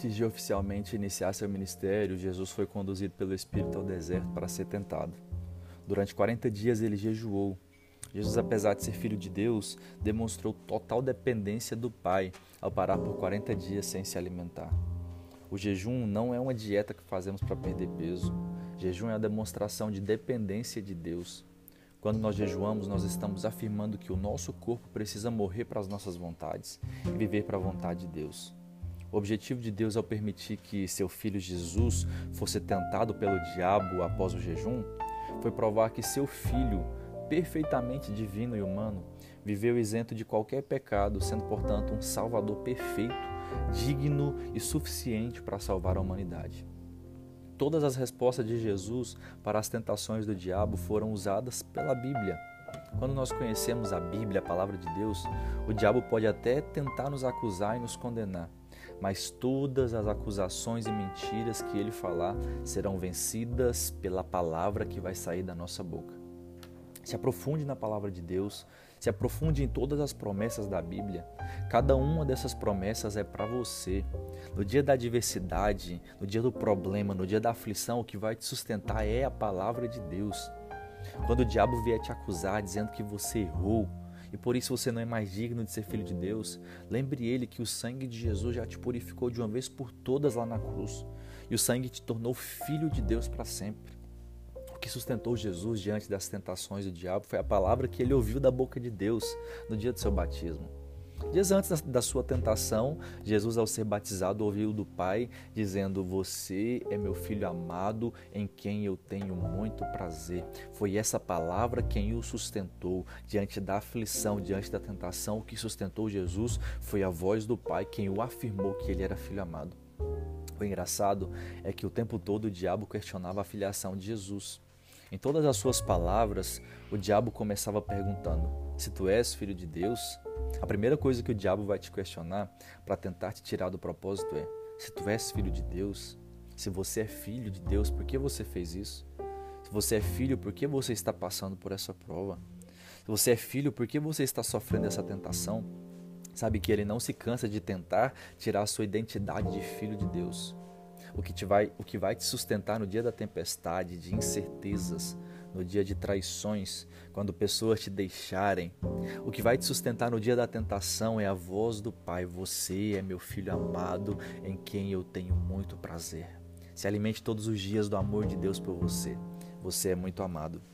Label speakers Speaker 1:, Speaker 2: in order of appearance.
Speaker 1: Antes de oficialmente iniciar seu ministério, Jesus foi conduzido pelo Espírito ao deserto para ser tentado. Durante 40 dias ele jejuou. Jesus, apesar de ser filho de Deus, demonstrou total dependência do Pai ao parar por 40 dias sem se alimentar. O jejum não é uma dieta que fazemos para perder peso. Jejum é a demonstração de dependência de Deus. Quando nós jejuamos, nós estamos afirmando que o nosso corpo precisa morrer para as nossas vontades e viver para a vontade de Deus. O objetivo de Deus ao permitir que seu filho Jesus fosse tentado pelo diabo após o jejum foi provar que seu filho, perfeitamente divino e humano, viveu isento de qualquer pecado, sendo, portanto, um salvador perfeito, digno e suficiente para salvar a humanidade. Todas as respostas de Jesus para as tentações do diabo foram usadas pela Bíblia. Quando nós conhecemos a Bíblia, a palavra de Deus, o diabo pode até tentar nos acusar e nos condenar, mas todas as acusações e mentiras que ele falar serão vencidas pela palavra que vai sair da nossa boca. Se aprofunde na palavra de Deus, se aprofunde em todas as promessas da Bíblia. Cada uma dessas promessas é para você. No dia da adversidade, no dia do problema, no dia da aflição, o que vai te sustentar é a palavra de Deus. Quando o diabo vier te acusar dizendo que você errou e por isso você não é mais digno de ser filho de Deus, lembre ele que o sangue de Jesus já te purificou de uma vez por todas lá na cruz e o sangue te tornou filho de Deus para sempre. O que sustentou Jesus diante das tentações do diabo foi a palavra que ele ouviu da boca de Deus no dia do seu batismo. Dias antes da sua tentação, Jesus, ao ser batizado, ouviu do Pai dizendo: "Você é meu filho amado, em quem eu tenho muito prazer." Foi essa palavra quem o sustentou diante da aflição, diante da tentação. O que sustentou Jesus foi a voz do Pai, quem o afirmou que ele era filho amado. O engraçado é que o tempo todo o diabo questionava a filiação de Jesus. Em todas as suas palavras, o diabo começava perguntando: "Se tu és filho de Deus?" A primeira coisa que o diabo vai te questionar para tentar te tirar do propósito é: se tu és filho de Deus? Se você é filho de Deus, por que você fez isso? Se você é filho, por que você está passando por essa prova? Se você é filho, por que você está sofrendo essa tentação? Sabe que ele não se cansa de tentar tirar a sua identidade de filho de Deus. O que vai te sustentar no dia da tempestade, de incertezas, no dia de traições, quando pessoas te deixarem. O que vai te sustentar no dia da tentação é a voz do Pai: "Você é meu filho amado, em quem eu tenho muito prazer." Se alimente todos os dias do amor de Deus por você. Você é muito amado.